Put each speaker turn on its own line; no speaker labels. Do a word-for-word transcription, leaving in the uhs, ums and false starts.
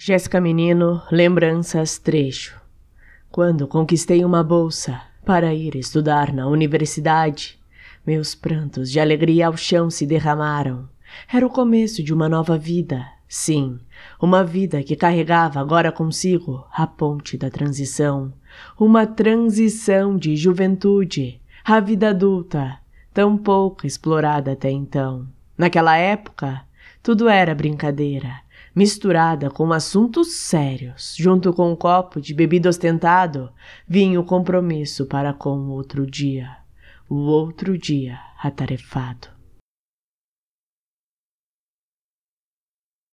Jéssica Menino, Lembranças, trecho. Quando conquistei uma bolsa para ir estudar na universidade, meus prantos de alegria ao chão se derramaram. Era o começo de uma nova vida, sim, uma vida que carregava agora consigo a ponte da transição, uma transição de juventude à vida adulta, tão pouco explorada até então. Naquela época, tudo era brincadeira, misturada com assuntos sérios, junto com um copo de bebida ostentado, vinha o compromisso para com o outro dia, o outro dia atarefado.